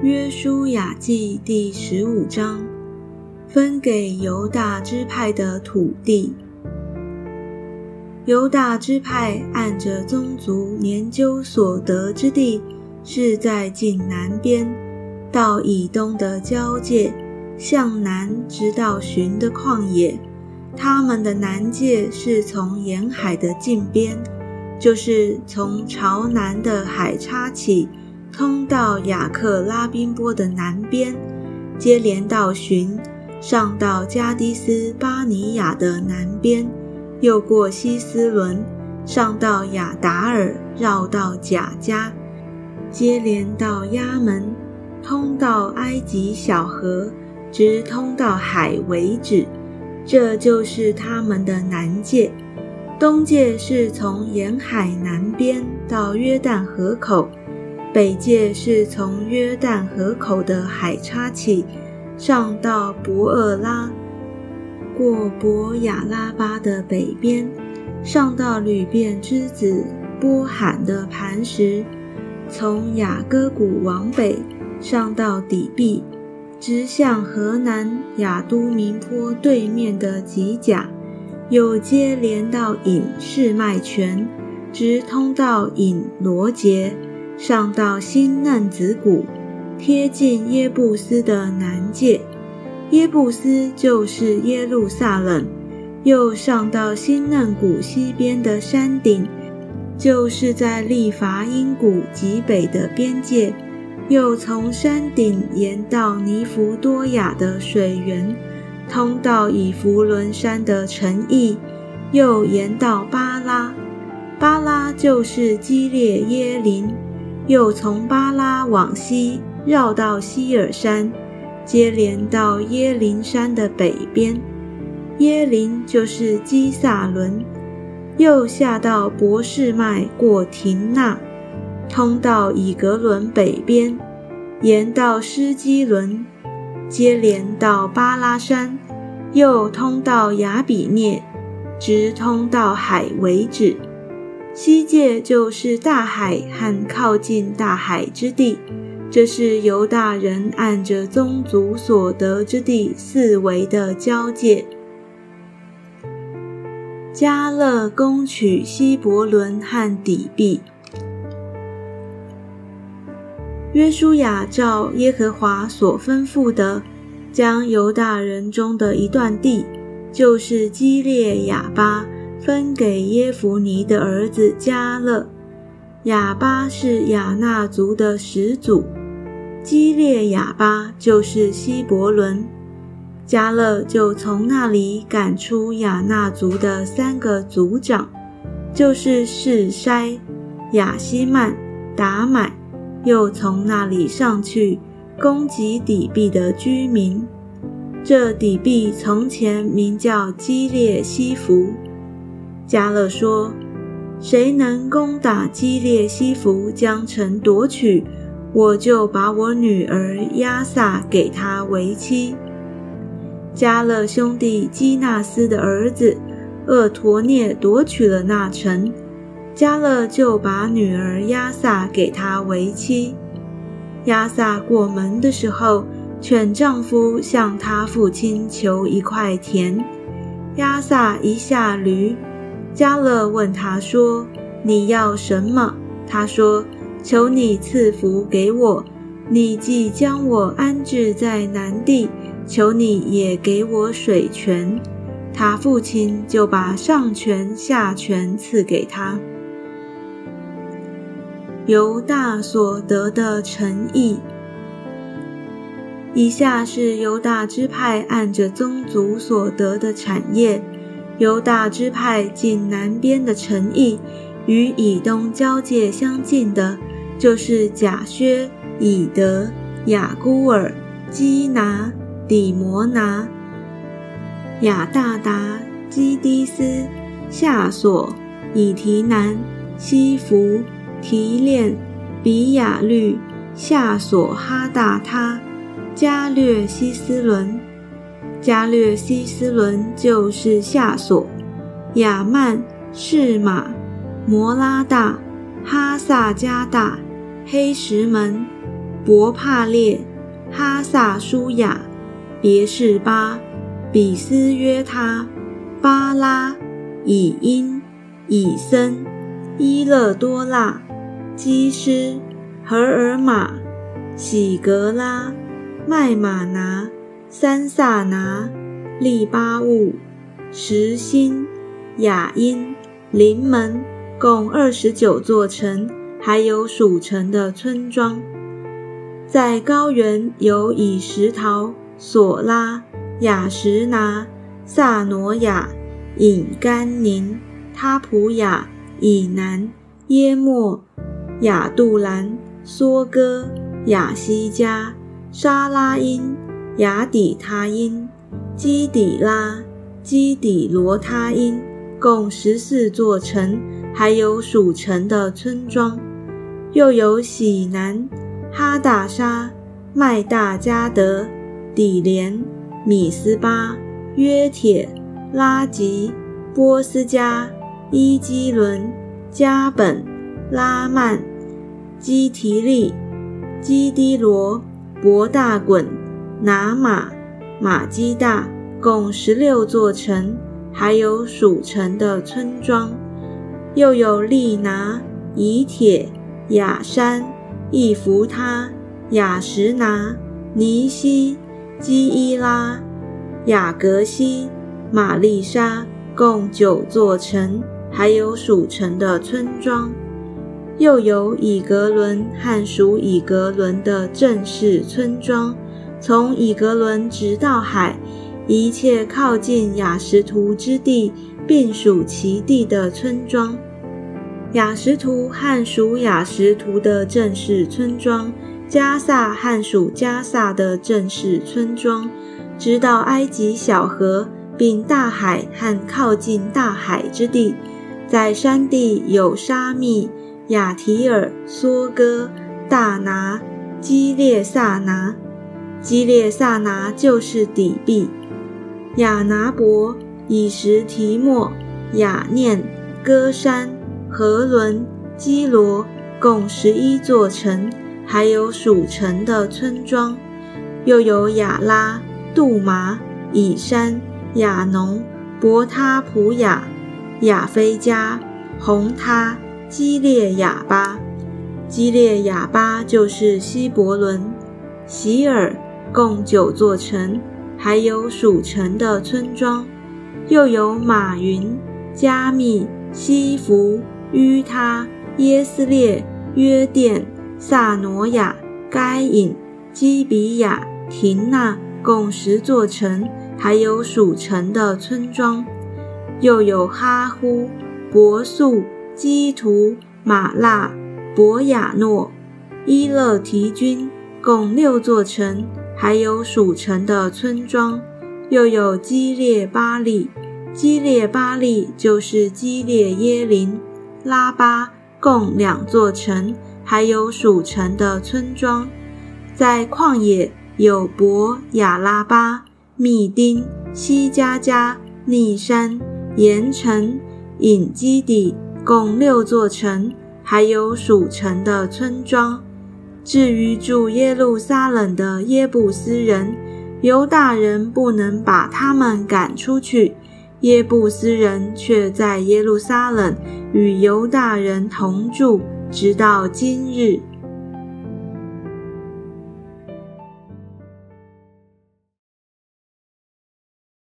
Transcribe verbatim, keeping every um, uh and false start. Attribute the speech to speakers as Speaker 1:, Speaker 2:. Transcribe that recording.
Speaker 1: 约书亚记第十五章，分给犹大支派的土地。犹大支派按着宗族年究所得之地，是在近南边，到以东的交界，向南直到寻的旷野。他们的南界是从沿海的近边，就是从朝南的海叉起，通到雅克拉宾波的南边，接连到寻，上到加迪斯巴尼亚的南边，又过希斯伦，上到亚达尔，绕到甲迦，接连到亚门，通到埃及小河，直通到海为止。这就是他们的南界。东界是从沿海南边到约旦河口，北界是从约旦河口的海叉起，上到伯尔拉，过伯亚拉巴的北边，上到吕便之子波罕的磐石，从雅各谷往北，上到底壁，直向河南亚都明坡对面的吉甲，又接连到隐示麦泉，直通到隐罗结，上到新嫩子谷，贴近耶布斯的南界。耶布斯就是耶路撒冷，又上到新嫩谷西边的山顶，就是在利伐因谷极北的边界，又从山顶沿到尼弗多雅的水源，通到以弗伦山的城邑，又沿到巴拉。巴拉就是基列耶林，又从巴拉往西，绕到希尔山，接连到耶林山的北边。耶林就是基萨伦，又下到伯示麦，过廷纳，通到以格伦北边，沿到施基伦，接连到巴拉山，又通到亚比涅，直通到海为止。西界就是大海和靠近大海之地，这是犹大人按着宗族所得之地四围的交界。迦勒攻取希伯伦和底壁。约书亚照耶和华所吩咐的，将犹大人中的一段地，就是基列雅巴，分给耶孚尼的儿子迦勒。雅巴是亚衲族的始祖，基列雅巴就是希伯伦。迦勒就从那里赶出亚衲族的三个族长，就是示筛、亚希曼、达买，又从那里上去攻击底壁的居民。这底壁从前名叫基列西弗。迦勒说，谁能攻打基列西弗，将城夺取，我就把我女儿押撒给他为妻。迦勒兄弟基纳斯的儿子厄陀涅夺取了那城，迦勒就把女儿押撒给他为妻。押撒过门的时候，劝丈夫向他父亲求一块田。押撒一下驴，迦勒问他说，你要什么？他说，求你赐福给我，你既将我安置在南地，求你也给我水泉。他父亲就把上泉下泉赐给他。犹大所得的城邑。以下是犹大支派按着宗族所得的产业。犹大支派近南边的城邑，与以东交界相近的，就是甲薛、以德、雅孤尔、基拿、底摩拿、亚大达、基低斯、夏所、以提南、西弗、提炼、比雅律、夏所哈大他、加略西斯伦。加略西斯伦就是夏所、亚曼、士马、摩拉大、哈萨加大、黑石门、 伯帕列、哈萨舒雅、别是巴、比斯约他、巴拉、以因、以森、伊勒多纳、基师、荷尔玛、喜格拉、麦玛拿、三萨拿、利巴物、什辛、雅因、临门，共二十九座城，还有属城的村庄。在高原有以实陶、索拉、雅什拿、萨挪亚、隐甘宁、他普雅、以南、耶莫、亚杜兰、梭哥、亚西加、沙拉因、雅底他因、基底拉、基底罗他因，共十四座城，还有属城的村庄。又有喜南、哈大沙、麦大加德、底连、米斯巴、约铁、拉吉、波斯加、伊基伦、加本、拉曼、基提利、基低罗、伯大滚、拿马、马基大，共十六座城，还有属城的村庄。又有利拿、以铁、雅山、易弗他、雅什拿、尼西、基伊拉、雅格西、玛丽莎，共九座城，还有属城的村庄。又有以格伦和属以格伦的正式村庄，从以格伦直到海，一切靠近雅什图之地，并属其地的村庄。雅什图和属雅什图的正式村庄，加萨和属加萨的正式村庄，直到埃及小河，并大海和靠近大海之地。在山地有沙密、亚提尔、梭哥、大拿、基列萨拿。基列萨拿就是底壁。亚拿伯、以实提莫、雅念、歌山、和伦、基罗，共十一座城，还有属城的村庄。又有亚拉、杜麻、以山、亚农、伯他普雅、亚非加、红他、基列亚巴。基列亚巴就是希伯伦、席尔，共九座城，还有属城的村庄。又有马云、加密、西弗、于他、耶斯列、约甸、萨挪亚、该隐、基比亚、廷纳，共十座城，还有属城的村庄。又有哈呼、伯素、基图、马辣、伯亚诺、伊勒提军，共六座城，还有属城的村庄。又有基列巴利，基列巴利就是基列耶林、拉巴，共两座城，还有属城的村庄。在旷野有伯亚拉巴、密丁、西加加、逆山、盐城、隐基底，共六座城，还有属城的村庄。至于住耶路撒冷的耶布斯人，犹大人不能把他们赶出去，耶布斯人却在耶路撒冷与犹大人同住，直到今日。